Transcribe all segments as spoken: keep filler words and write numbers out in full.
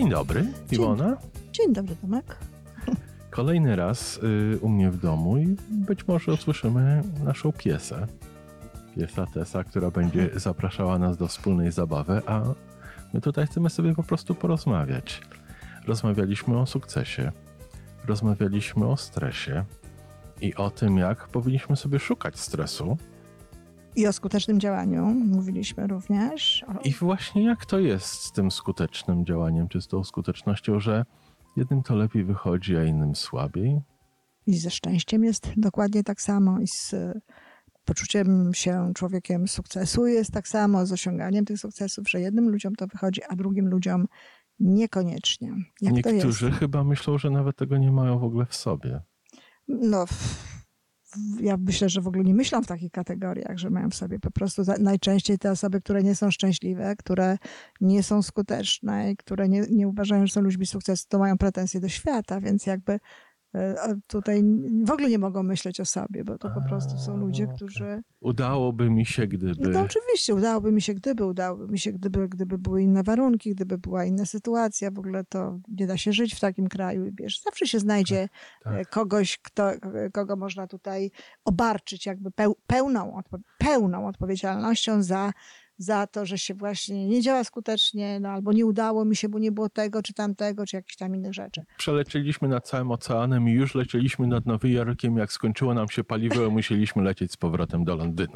Dzień dobry, Iwona. Dzień dobry, Tomek. Kolejny raz y, u mnie w domu i być może usłyszymy naszą piesę. Piesa Tessa, która będzie zapraszała nas do wspólnej zabawy, a my tutaj chcemy sobie po prostu porozmawiać. Rozmawialiśmy o sukcesie, rozmawialiśmy o stresie i o tym, jak powinniśmy sobie szukać stresu. I o skutecznym działaniu mówiliśmy również. O... I właśnie jak to jest z tym skutecznym działaniem, czy z tą skutecznością, że jednym to lepiej wychodzi, a innym słabiej? I ze szczęściem jest dokładnie tak samo, i z poczuciem się człowiekiem sukcesu jest tak samo, z osiąganiem tych sukcesów, że jednym ludziom to wychodzi, a drugim ludziom niekoniecznie. Jak Niektórzy to jest? chyba myślą, że nawet tego nie mają w ogóle w sobie. No, ja myślę, że w ogóle nie myślą w takich kategoriach, że mają w sobie po prostu najczęściej te osoby, które nie są szczęśliwe, które nie są skuteczne i które nie, nie uważają, że są ludźmi sukcesu, to mają pretensje do świata, więc jakby tutaj w ogóle nie mogą myśleć o sobie, bo to po prostu są ludzie, którzy... Udałoby mi się, gdyby... No oczywiście, udałoby mi się, gdyby, udałoby mi się, gdyby, gdyby były inne warunki, gdyby była inna sytuacja, w ogóle to nie da się żyć w takim kraju. Wiesz, zawsze się znajdzie tak, tak. kogoś, kto, kogo można tutaj obarczyć jakby pełną, odpo- pełną odpowiedzialnością za za to, że się właśnie nie działa skutecznie, no albo nie udało mi się, bo nie było tego, czy tamtego, czy jakichś tam innych rzeczy. Przelecieliśmy nad całym oceanem i już lecieliśmy nad Nowym Jorkiem. Jak skończyło nam się paliwo, musieliśmy lecieć z powrotem do Londynu.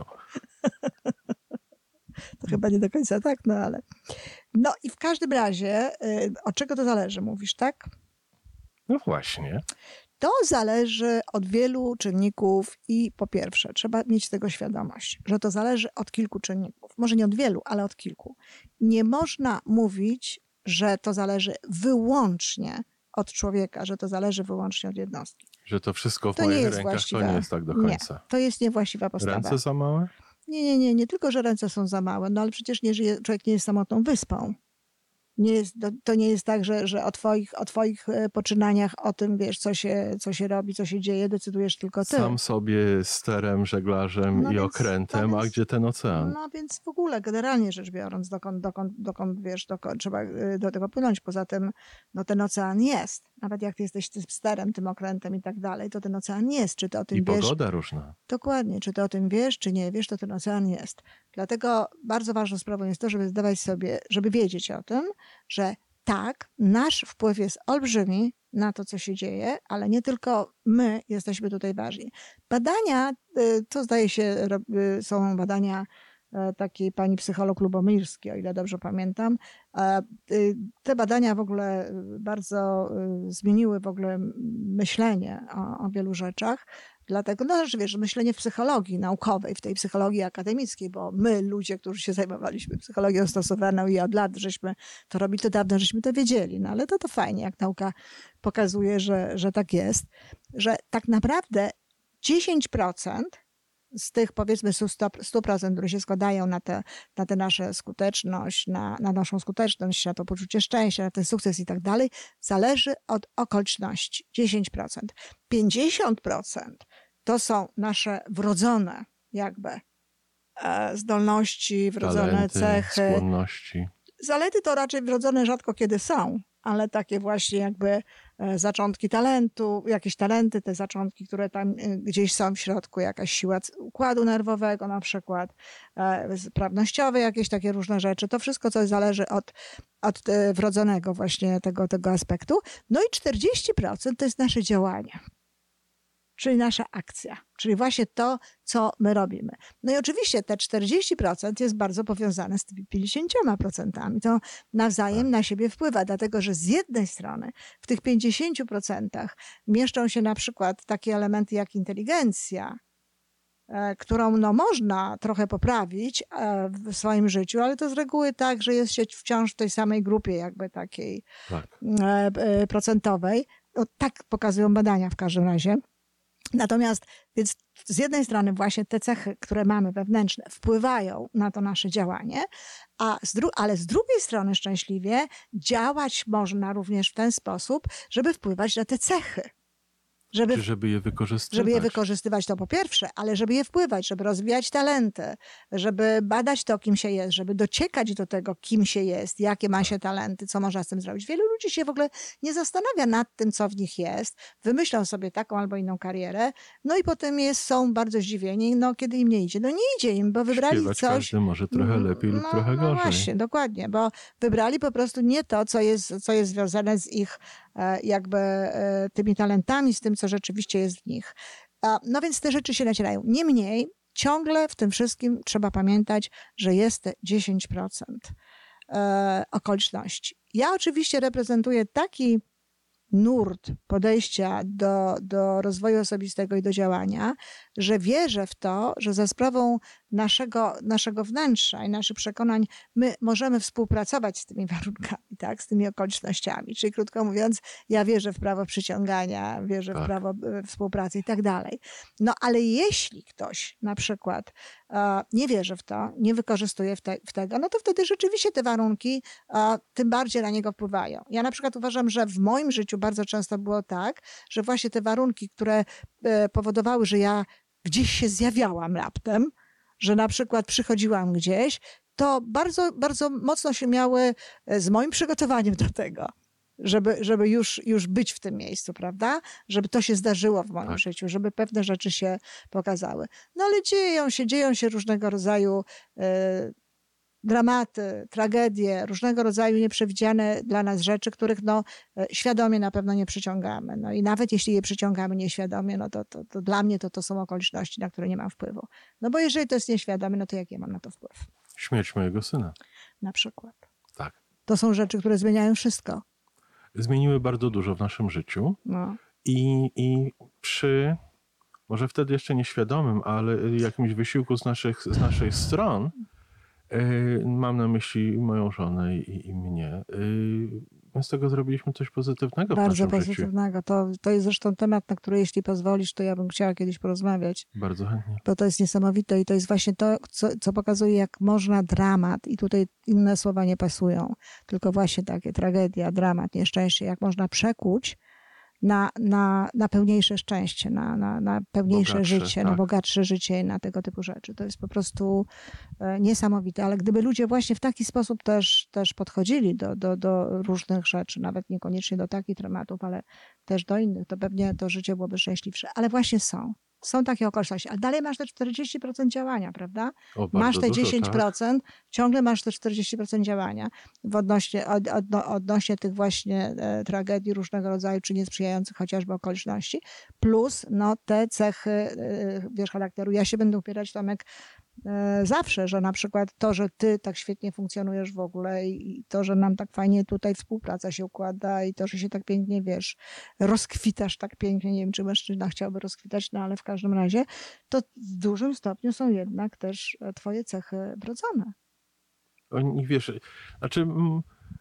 To chyba nie do końca tak, no ale... No i w każdym razie, od czego to zależy, mówisz, tak? No właśnie. To zależy od wielu czynników i po pierwsze, trzeba mieć tego świadomość, że to zależy od kilku czynników. Może nie od wielu, ale od kilku. Nie można mówić, że to zależy wyłącznie od człowieka, że to zależy wyłącznie od jednostki. Że to wszystko w to moich nie jest rękach, właściwa. To nie jest tak do końca. Nie, to jest niewłaściwa postawa. Ręce za małe? Nie, nie, nie, nie tylko, że ręce są za małe, no ale przecież nie żyje, człowiek nie jest samotną wyspą. Nie jest, to nie jest tak, że, że o, twoich, o twoich poczynaniach, o tym, wiesz, co się, co się robi, co się dzieje, decydujesz tylko ty. Sam sobie sterem, żeglarzem no i więc, okrętem, no a więc, gdzie ten ocean? No więc w ogóle, generalnie rzecz biorąc, dokąd, dokąd, dokąd wiesz, dokąd trzeba do tego płynąć. Poza tym, no ten ocean jest. Nawet jak ty jesteś tym sterem, tym okrętem i tak dalej, to ten ocean jest. Czy ty o tym I wiesz? pogoda różna. Dokładnie. Czy ty o tym wiesz, czy nie wiesz, to ten ocean jest. Dlatego bardzo ważną sprawą jest to, żeby zdawać sobie, żeby wiedzieć o tym, że tak, nasz wpływ jest olbrzymi na to, co się dzieje, ale nie tylko my jesteśmy tutaj ważni. Badania, to zdaje się, są badania takiej pani psycholog Lubomirskiej, o ile dobrze pamiętam. Te badania w ogóle bardzo zmieniły w ogóle myślenie o, o wielu rzeczach. Dlatego, no, że wiesz, myślenie w psychologii naukowej, w tej psychologii akademickiej, bo my, ludzie, którzy się zajmowaliśmy psychologią stosowaną i od lat żeśmy to robili, to dawno żeśmy to wiedzieli. No ale to to fajnie, jak nauka pokazuje, że, że tak jest, że tak naprawdę dziesięć procent z tych, powiedzmy, sto procent, które się składają na tę na te naszą skuteczność, na, na naszą skuteczność, na to poczucie szczęścia, na ten sukces i tak dalej, zależy od okoliczności. dziesięć procent. pięćdziesiąt procent to są nasze wrodzone jakby e, zdolności, wrodzone talenty, cechy. Skłonności. Zalety to raczej wrodzone rzadko kiedy są, ale takie właśnie jakby zaczątki talentu, jakieś talenty, te zaczątki, które tam gdzieś są w środku, jakaś siła układu nerwowego na przykład, sprawnościowe, jakieś takie różne rzeczy. To wszystko, co zależy od, od wrodzonego właśnie tego, tego aspektu. No i czterdzieści procent to jest nasze działanie. Czyli nasza akcja, czyli właśnie to, co my robimy. No i oczywiście te czterdzieści procent jest bardzo powiązane z tymi pięćdziesięcioma procentami. To nawzajem na siebie wpływa, dlatego że z jednej strony w tych pięćdziesięciu procentach mieszczą się na przykład takie elementy jak inteligencja, którą no można trochę poprawić w swoim życiu, ale to z reguły tak, że jest się wciąż w tej samej grupie jakby takiej tak. procentowej. No, tak pokazują badania w każdym razie. Natomiast więc z jednej strony właśnie te cechy, które mamy wewnętrzne, wpływają na to nasze działanie, a z dru- ale z drugiej strony szczęśliwie działać można również w ten sposób, żeby wpływać na te cechy. Żeby, Czy żeby je wykorzystywać? Żeby je wykorzystywać to po pierwsze, ale żeby je wpływać, żeby rozwijać talenty, żeby badać to, kim się jest, żeby dociekać do tego, kim się jest, jakie ma się talenty, co można z tym zrobić. Wielu ludzi się w ogóle nie zastanawia nad tym, co w nich jest, wymyślą sobie taką albo inną karierę, no i potem jest, są bardzo zdziwieni, no kiedy im nie idzie. No nie idzie im, bo wybrali Śpiewać coś... każdy może trochę lepiej no, lub trochę no gorzej. No właśnie, dokładnie, bo wybrali po prostu nie to, co jest, co jest związane z ich jakby tymi talentami, z tym, co rzeczywiście jest w nich. No więc te rzeczy się nacierają. Niemniej ciągle w tym wszystkim trzeba pamiętać, że jest te dziesięć procent okoliczności. Ja oczywiście reprezentuję taki nurt podejścia do, do rozwoju osobistego i do działania, że wierzę w to, że za sprawą naszego, naszego wnętrza i naszych przekonań my możemy współpracować z tymi warunkami, tak, z tymi okolicznościami. Czyli krótko mówiąc, ja wierzę w prawo przyciągania, wierzę Tak. w prawo współpracy i tak dalej. No ale jeśli ktoś na przykład e, nie wierzy w to, nie wykorzystuje w, te, w tego, no to wtedy rzeczywiście te warunki e, tym bardziej na niego wpływają. Ja na przykład uważam, że w moim życiu bardzo często było tak, że właśnie te warunki, które e, powodowały, że ja gdzieś się zjawiałam raptem, że na przykład przychodziłam gdzieś, to bardzo, bardzo mocno się miały z moim przygotowaniem do tego, żeby, żeby już, już być w tym miejscu, prawda? Żeby to się zdarzyło w moim Tak. życiu, żeby pewne rzeczy się pokazały. No ale dzieją się, dzieją się różnego rodzaju e, dramaty, tragedie, różnego rodzaju nieprzewidziane dla nas rzeczy, których no, świadomie na pewno nie przyciągamy. No i nawet jeśli je przyciągamy nieświadomie, no to, to, to dla mnie to, to są okoliczności, na które nie mam wpływu. No bo jeżeli to jest nieświadome, no to jak ja mam na to wpływ? Śmierć mojego syna. Na przykład. Tak. To są rzeczy, które zmieniają wszystko. Zmieniły bardzo dużo w naszym życiu No. i, i przy, może wtedy jeszcze nieświadomym, ale jakimś wysiłku z, naszych, z naszej stron, yy, mam na myśli moją żonę i, i mnie, yy, my z tego zrobiliśmy coś pozytywnego w Bardzo naszym życiu. pozytywnego. To, to jest zresztą temat, na który jeśli pozwolisz, to ja bym chciała kiedyś porozmawiać. Bardzo chętnie. Bo to jest niesamowite i to jest właśnie to, co, co pokazuje, jak można dramat, i tutaj inne słowa nie pasują, tylko właśnie takie tragedia, dramat, nieszczęście, jak można przekuć na, na, na pełniejsze szczęście, na, na, na pełniejsze Bogatsze, życie, tak. na bogatsze życie, na tego typu rzeczy. To jest po prostu e, niesamowite, ale gdyby ludzie właśnie w taki sposób też, też podchodzili do, do, do różnych rzeczy, nawet niekoniecznie do takich tematów, ale też do innych, to pewnie to życie byłoby szczęśliwsze. Ale właśnie są. Są takie okoliczności, ale dalej masz te czterdzieści procent działania, prawda? O, bardzo Masz te dużo, dziesięć procent, tak. ciągle masz te czterdzieści procent działania w odnośnie, od, od, odnośnie tych właśnie e, tragedii różnego rodzaju, czy niesprzyjających chociażby okoliczności, plus no, te cechy, e, wiesz, charakteru. Ja się będę upierać, Tomek, e, zawsze, że na przykład to, że ty tak świetnie funkcjonujesz w ogóle i, i to, że nam tak fajnie tutaj współpraca się układa i to, że się tak pięknie, wiesz, rozkwitasz tak pięknie, nie wiem, czy mężczyzna chciałby rozkwitać, no ale w każdym razie, to w dużym stopniu są jednak też twoje cechy wrodzone. Oni, wiesz, znaczy m,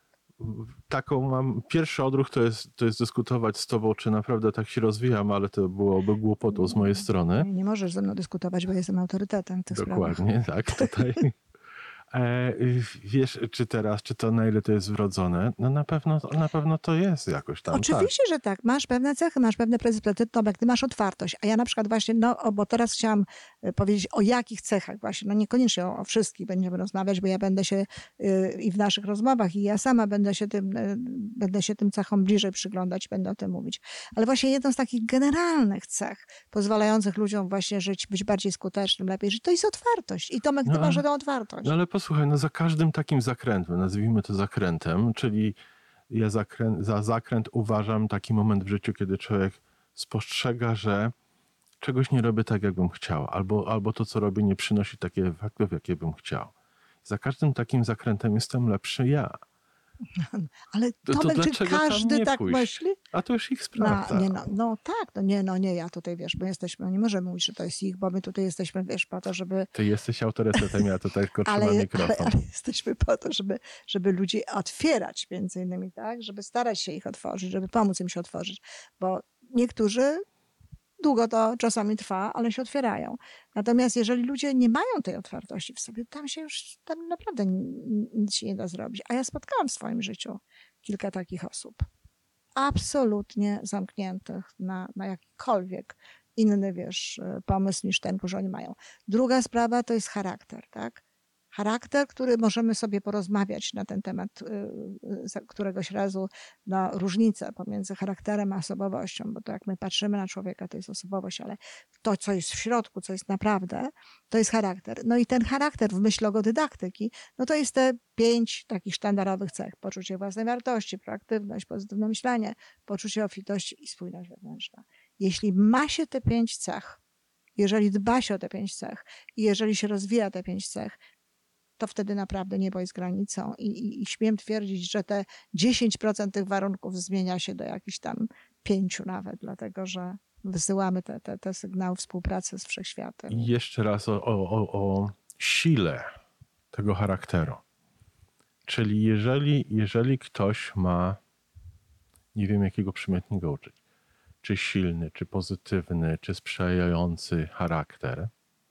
taką mam, pierwszy odruch to jest, to jest dyskutować z tobą, czy naprawdę tak się rozwijam, ale to byłoby głupotą z mojej strony. Nie, nie możesz ze mną dyskutować, bo jestem autorytetem w tych Dokładnie, sprawach. tak, tutaj. E, wiesz, czy teraz, czy to na ile to jest wrodzone? No na pewno, na pewno to jest jakoś tam. Oczywiście, tak. że tak. Masz pewne cechy, masz pewne predyspozycje, Tomek, ty masz otwartość. A ja na przykład właśnie, no o, bo teraz chciałam powiedzieć o jakich cechach właśnie, no niekoniecznie o, o wszystkich będziemy rozmawiać, bo ja będę się yy, i w naszych rozmowach i ja sama będę się tym, yy, będę się tym cechom bliżej przyglądać, będę o tym mówić. Ale właśnie jedną z takich generalnych cech pozwalających ludziom właśnie żyć, być bardziej skutecznym, lepiej żyć, to jest otwartość. I Tomek, ty No, masz tę otwartość. No ale posłuchaj, no za każdym takim zakrętem, nazwijmy to zakrętem, czyli ja zakręt, za zakręt uważam taki moment w życiu, kiedy człowiek spostrzega, że czegoś nie robię tak, jakbym chciał, albo, albo to, co robię, nie przynosi takich efektów, jakie bym chciał. Za każdym takim zakrętem jestem lepszy ja. Ale To- to Tomek, czy dlaczego tam każdy nie tak pójść? myśli? A to już ich No, sprawa. nie, no, no tak, no nie, no nie, ja tutaj, wiesz, my jesteśmy, nie możemy mówić, że to jest ich, bo my tutaj jesteśmy, wiesz, po to, żeby... Ty jesteś autorytetem, ja tutaj tylko Ale, trzymam ale, mikrofon. ale jesteśmy po to, żeby, żeby ludzi otwierać między innymi, tak? Żeby starać się ich otworzyć, żeby pomóc im się otworzyć, bo niektórzy długo to czasami trwa, ale się otwierają. Natomiast jeżeli ludzie nie mają tej otwartości w sobie, tam się już, tam naprawdę nic się nie da zrobić. A ja spotkałam w swoim życiu kilka takich osób. absolutnie zamkniętych na, na jakikolwiek inny, wiesz, pomysł niż ten, który oni mają. Druga sprawa to jest charakter, tak? Charakter, który możemy sobie porozmawiać na ten temat któregoś razu, no, różnice pomiędzy charakterem a osobowością, bo to jak my patrzymy na człowieka, to jest osobowość, ale to, co jest w środku, co jest naprawdę, to jest charakter. No i ten charakter w myśl logodydaktyki, no to jest te pięć takich sztandarowych cech. Poczucie własnej wartości, proaktywność, pozytywne myślenie, poczucie obfitości i spójność wewnętrzna. Jeśli ma się te pięć cech, jeżeli dba się o te pięć cech i jeżeli się rozwija te pięć cech, to wtedy naprawdę niebo jest granicą i, i, i śmiem twierdzić, że te dziesięć procent tych warunków zmienia się do jakichś tam pięciu nawet, dlatego że wysyłamy te, te, te sygnały współpracy z wszechświatem. I jeszcze raz o, o, o, o sile tego charakteru. Czyli jeżeli, jeżeli ktoś ma, nie wiem jakiego przymiotnika użyć, czy silny, czy pozytywny, czy sprzyjający charakter,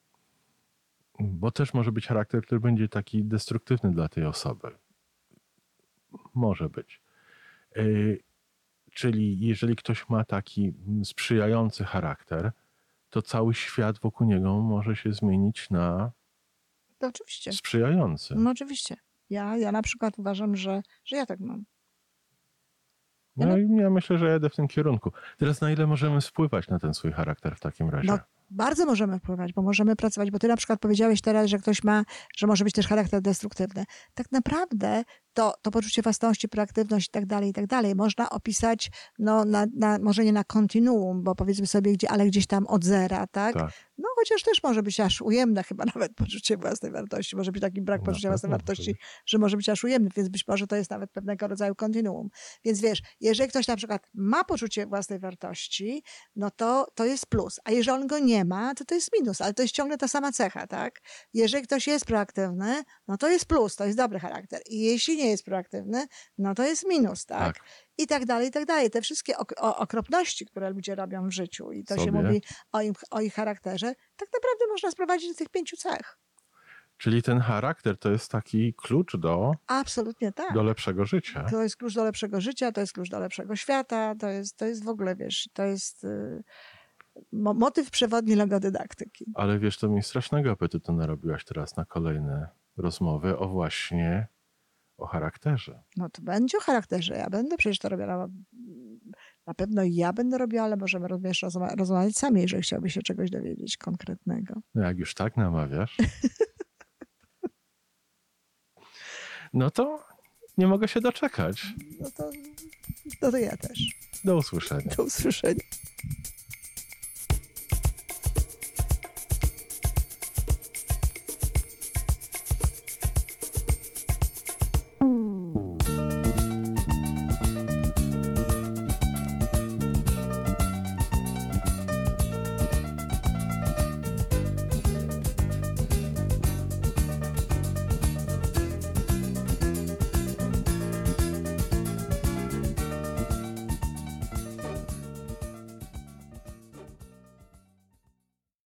bo też może być charakter, który będzie taki destruktywny dla tej osoby. Może być. Yy, czyli jeżeli ktoś ma taki sprzyjający charakter, to cały świat wokół niego może się zmienić na to oczywiście. sprzyjający. No oczywiście. Ja, ja na przykład uważam, że, że ja tak mam. Ja no i ja myślę, że jadę w tym kierunku. Teraz na ile możemy wpływać na ten swój charakter w takim razie? No, bardzo możemy wpływać, bo możemy pracować, bo ty na przykład powiedziałeś teraz, że ktoś ma, że może być też charakter destruktywny. Tak naprawdę to, to poczucie własności, proaktywność i tak dalej, i tak dalej można opisać, no, na, na, może nie na kontinuum, bo powiedzmy sobie, gdzie, ale gdzieś tam od zera, tak? tak? No chociaż też może być aż ujemne chyba nawet poczucie własnej wartości. Może być taki brak no, poczucia własnej wartości, być. Że może być aż ujemny, więc być może to jest nawet pewnego rodzaju kontinuum. Więc wiesz, jeżeli ktoś na przykład ma poczucie własnej wartości, no to to jest plus. A jeżeli on go nie ma, to to jest minus, ale to jest ciągle ta sama cecha, tak? Jeżeli ktoś jest proaktywny, no to jest plus, to jest dobry charakter. I jeśli nie jest proaktywny, no to jest minus, tak? tak. I tak dalej, i tak dalej. Te wszystkie ok- okropności, które ludzie robią w życiu i to Sobie. się mówi o, im, o ich charakterze, tak naprawdę można sprowadzić do tych pięciu cech. Czyli ten charakter to jest taki klucz do, Absolutnie tak. do lepszego życia. To jest klucz do lepszego życia, to jest klucz do lepszego świata, to jest, to jest w ogóle, wiesz, to jest y, mo- motyw przewodni logodydaktyki. Ale wiesz, to mi strasznego apetytu narobiłaś teraz na kolejne rozmowy o właśnie o charakterze. No to będzie o charakterze. Ja będę przecież to robiła. Na pewno ja będę robiła, ale możemy również rozma- rozmawiać sami, jeżeli chciałby się czegoś dowiedzieć konkretnego. No jak już tak namawiasz, no to nie mogę się doczekać. No to, no to ja też. Do usłyszenia. Do usłyszenia.